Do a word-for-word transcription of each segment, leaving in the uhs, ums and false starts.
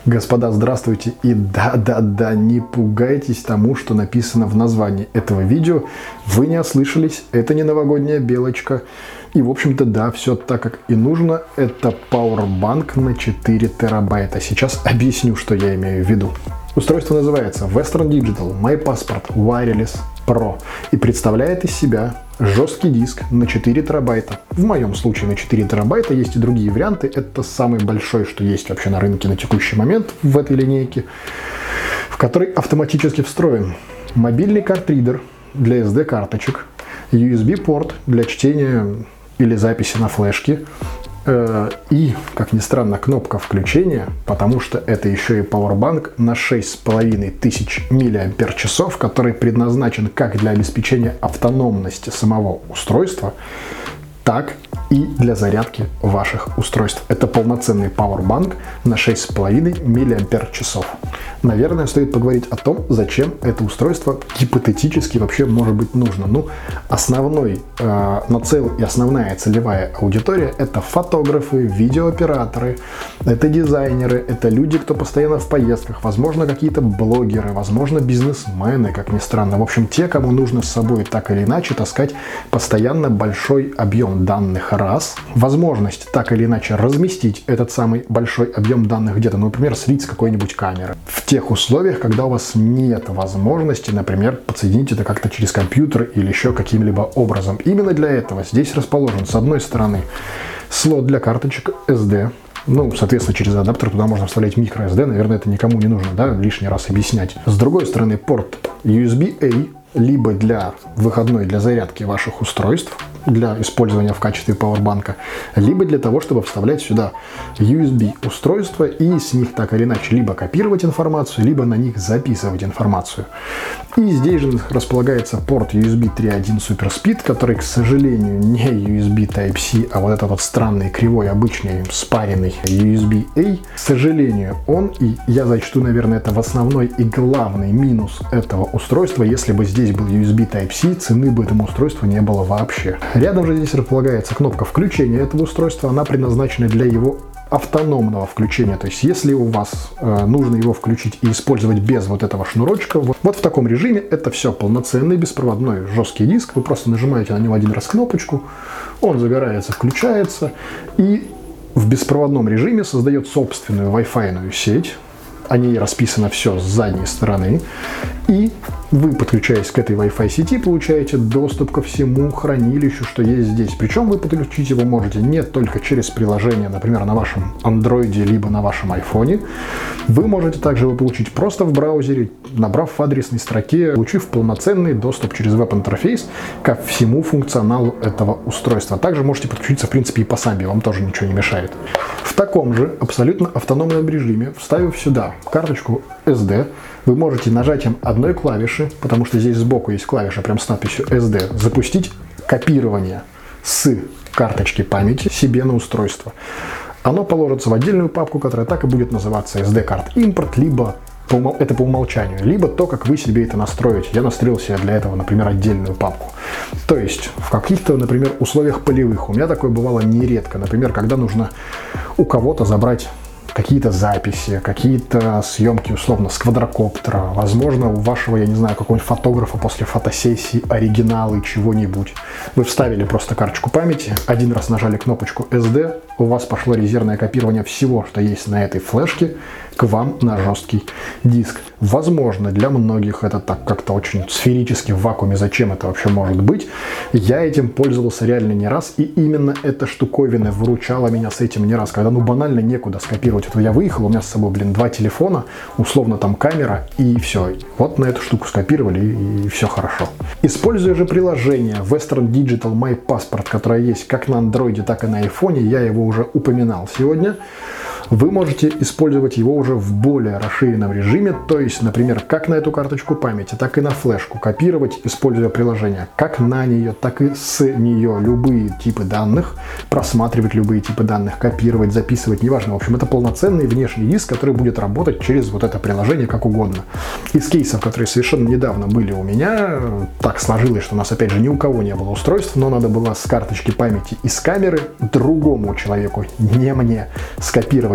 Господа, здравствуйте, и да-да-да, не пугайтесь тому, что написано в названии этого видео. Вы не ослышались, это не новогодняя белочка. И, в общем-то, да, все так, как и нужно. Это Powerbank на четыре терабайта. Сейчас объясню, что я имею в виду. Устройство называется Western Digital MyPassport Wireless Pro и представляет из себя жесткий диск на четыре терабайта. В моем случае на четыре терабайта, есть и другие варианты. Это самый большой, что есть вообще на рынке на текущий момент в этой линейке, в которой автоматически встроен мобильный картридер для эс ди-карточек, ю эс би-порт для чтения или записи на флешке, и, как ни странно, кнопка включения, потому что это еще и Powerbank на шесть с половиной тысяч миллиампер-часов, который предназначен как для обеспечения автономности самого устройства, так и для зарядки ваших устройств. Это полноценный Powerbank на шесть с половиной миллиампер-часов. Наверное, стоит поговорить о том, зачем это устройство гипотетически вообще может быть нужно. Ну, основной э, нацел и основная целевая аудитория — это фотографы, видеооператоры, это дизайнеры, это люди, кто постоянно в поездках, возможно, какие-то блогеры, возможно, бизнесмены, как ни странно. В общем, те, кому нужно с собой так или иначе таскать постоянно большой объем данных раз, возможность так или иначе разместить этот самый большой объем данных где-то, ну, например, слить с какой-нибудь камеры. В тех условиях, когда у вас нет возможности, например, подсоединить это как-то через компьютер или еще каким-либо образом. Именно для этого здесь расположен, с одной стороны, слот для карточек эс ди, ну, соответственно, через адаптер туда можно вставлять микро эс ди, наверное, это никому не нужно, да, лишний раз объяснять. С другой стороны, порт ю эс би-A, либо для выходной, для зарядки ваших устройств, для использования в качестве пауэрбанка, либо для того, чтобы вставлять сюда ю эс би-устройства и с них так или иначе либо копировать информацию, либо на них записывать информацию. И здесь же располагается порт ю эс би три точка один Super Speed, который, к сожалению, не ю эс би Type-C, а вот этот вот странный, кривой, обычный, спаренный ю эс би-A. К сожалению, он, и я зачту, наверное, это в основной и главный минус этого устройства. Если бы здесь был ю эс би Type-C, цены бы этому устройству не было вообще. Рядом же здесь располагается кнопка включения этого устройства. Она предназначена для его автономного включения. То есть, если у вас э, нужно его включить и использовать без вот этого шнурочка, вот, вот в таком режиме это все полноценный беспроводной жесткий диск. Вы просто нажимаете на него один раз кнопочку, он загорается, включается и в беспроводном режиме создает собственную Wi-Fi сеть. О ней расписано все с задней стороны. И вы, подключаясь к этой Wi-Fi сети, получаете доступ ко всему хранилищу, что есть здесь. Причем вы подключить его можете не только через приложение, например, на вашем Android либо на вашем iPhone. Вы можете также его получить просто в браузере, набрав в адресной строке, получив полноценный доступ через веб-интерфейс ко всему функционалу этого устройства. Также можете подключиться, в принципе, и по самби, вам тоже ничего не мешает. В таком же абсолютно автономном режиме, вставив сюда карточку эс ди, вы можете нажатием одной клавиши, потому что здесь сбоку есть клавиша прям с надписью эс ди, запустить копирование с карточки памяти себе на устройство. Оно положится в отдельную папку, которая так и будет называться эс ди-карт импорт, либо это по умолчанию, либо то, как вы себе это настроите. Я настроил себе для этого, например, отдельную папку. То есть в каких-то, например, условиях полевых, у меня такое бывало нередко, например, когда нужно у кого-то забрать какие-то записи, какие-то съемки, условно, с квадрокоптера, возможно, у вашего, я не знаю, какого-нибудь фотографа после фотосессии оригиналы чего-нибудь. Вы вставили просто карточку памяти, один раз нажали кнопочку эс ди, у вас пошло резервное копирование всего, что есть на этой флешке, к вам на жесткий диск. Возможно, для многих это так как-то очень сферически в вакууме, зачем это вообще может быть. Я этим пользовался реально не раз, и именно эта штуковина выручала меня с этим не раз, когда ну банально некуда скопировать. Вот я выехал, у меня с собой, блин, два телефона, условно там камера, и все. Вот на эту штуку скопировали, и, и все хорошо. Используя же приложение Western Digital MyPassport, которое есть как на Android, так и на iPhone, я его уже упоминал сегодня, вы можете использовать его уже в более расширенном режиме, то есть, например, как на эту карточку памяти, так и на флешку копировать, используя приложение, как на нее, так и с нее любые типы данных, просматривать любые типы данных, копировать, записывать, неважно. В общем, это полноценный внешний диск, который будет работать через вот это приложение как угодно. Из кейсов, которые совершенно недавно были у меня, так сложилось, что у нас, опять же, ни у кого не было устройств, но надо было с карточки памяти и с камеры другому человеку, не мне, скопировать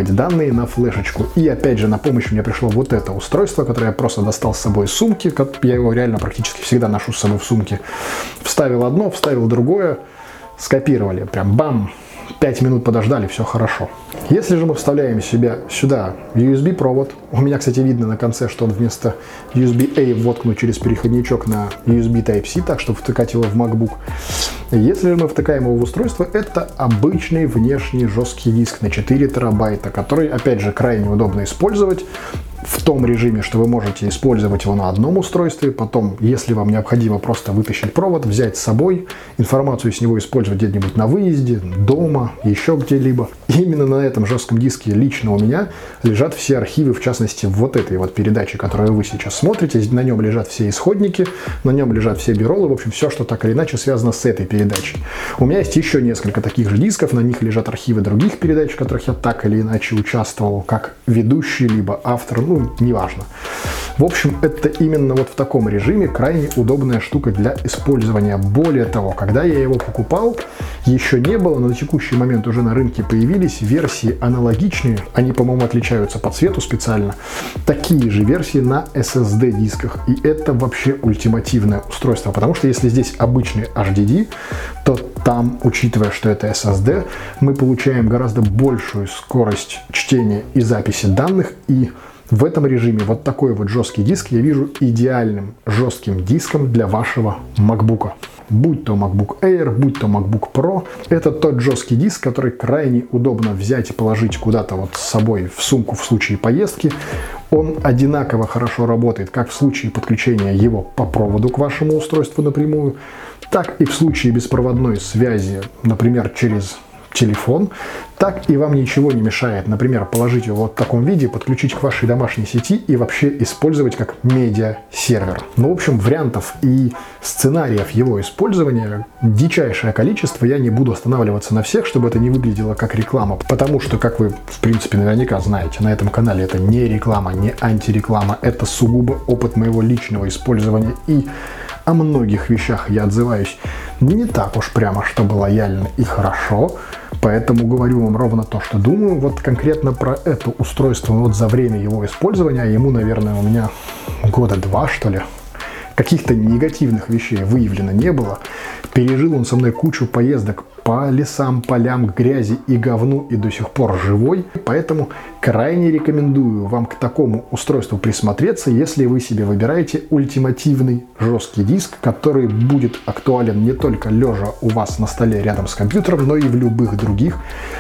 скопировать данные на флешечку. И опять же на помощь мне пришло вот это устройство, которое я просто достал с собой из сумки. Я его реально практически всегда ношу с собой в сумке. Вставил одно, вставил другое, скопировали. Прям бам! пять минут подождали, все хорошо. Если же мы вставляем себе сюда ю эс би-провод, у меня, кстати, видно на конце, что он вместо ю эс би-A воткнут через переходничок на ю эс би Type-C, так что втыкать его в MacBook. Если же мы втыкаем его в устройство, это обычный внешний жесткий диск на четыре терабайта, который, опять же, крайне удобно использовать в том режиме, что вы можете использовать его на одном устройстве, потом, если вам необходимо просто вытащить провод, взять с собой, информацию с него использовать где-нибудь на выезде, дома, еще где-либо. Именно на этом жестком диске лично у меня лежат все архивы, в частности, вот этой вот передачи, которую вы сейчас смотрите. На нем лежат все исходники, на нем лежат все биролы, в общем, все, что так или иначе связано с этой передачей. У меня есть еще несколько таких же дисков, на них лежат архивы других передач, в которых я так или иначе участвовал, как ведущий, либо автор, ну, неважно. В общем, это именно вот в таком режиме крайне удобная штука для использования. Более того, когда я его покупал, еще не было, но на текущий момент уже на рынке появились версии аналогичные, они, по-моему, отличаются по цвету специально, такие же версии на эс эс ди-дисках. И это вообще ультимативное устройство, потому что если здесь обычный эйч ди ди, то там, учитывая, что это эс эс ди, мы получаем гораздо большую скорость чтения и записи данных, и в этом режиме вот такой вот жесткий диск я вижу идеальным жестким диском для вашего MacBook. Будь то MacBook Air, будь то MacBook Pro, это тот жесткий диск, который крайне удобно взять и положить куда-то вот с собой в сумку в случае поездки. Он одинаково хорошо работает как в случае подключения его по проводу к вашему устройству напрямую, так и в случае беспроводной связи, например, через телефон, так и вам ничего не мешает, например, положить его вот в таком виде, подключить к вашей домашней сети и вообще использовать как медиа-сервер. Ну, в общем, вариантов и сценариев его использования дичайшее количество, я не буду останавливаться на всех, чтобы это не выглядело как реклама, потому что, как вы, в принципе, наверняка знаете, на этом канале это не реклама, не антиреклама, это сугубо опыт моего личного использования, и о многих вещах я отзываюсь не так уж прямо, чтобы лояльно и хорошо, поэтому говорю вам ровно то, что думаю. Вот конкретно про это устройство, вот за время его использования, ему, наверное, у меня года два, что ли, каких-то негативных вещей выявлено не было. Пережил он со мной кучу поездок по лесам, полям, грязи и говну, и до сих пор живой. Поэтому крайне рекомендую вам к такому устройству присмотреться, если вы себе выбираете ультимативный жесткий диск, который будет актуален не только лежа у вас на столе рядом с компьютером, но и в любых других,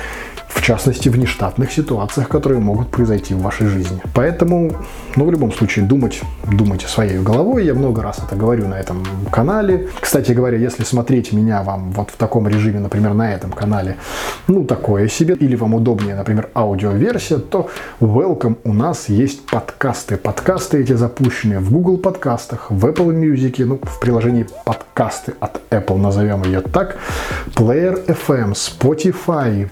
в частности, внештатных ситуациях, которые могут произойти в вашей жизни. Поэтому, ну, в любом случае, думать, думайте своей головой. Я много раз это говорю на этом канале. Кстати говоря, если смотреть меня вам вот в таком режиме, например, на этом канале, ну, такое себе, или вам удобнее, например, аудиоверсия, то welcome, у нас есть подкасты. Подкасты эти запущены в Google подкастах, в Apple Music, ну, в приложении подкасты от Apple, назовем ее так, Player эф эм, Spotify,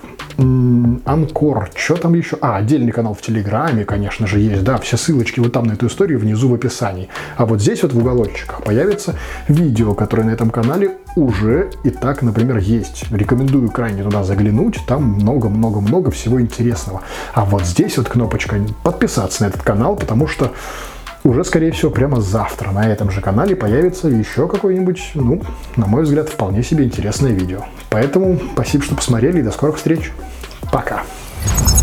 Анкор, что там еще? А, отдельный канал в Телеграме, конечно же, есть, да, все ссылочки вот там на эту историю внизу в описании. А вот здесь вот в уголочках появится видео, которое на этом канале уже и так, например, есть. Рекомендую крайне туда заглянуть, там много-много-много всего интересного. А вот здесь вот кнопочка подписаться на этот канал, потому что уже, скорее всего, прямо завтра на этом же канале появится еще какое-нибудь, ну, на мой взгляд, вполне себе интересное видео. Поэтому спасибо, что посмотрели, и до скорых встреч. Пока!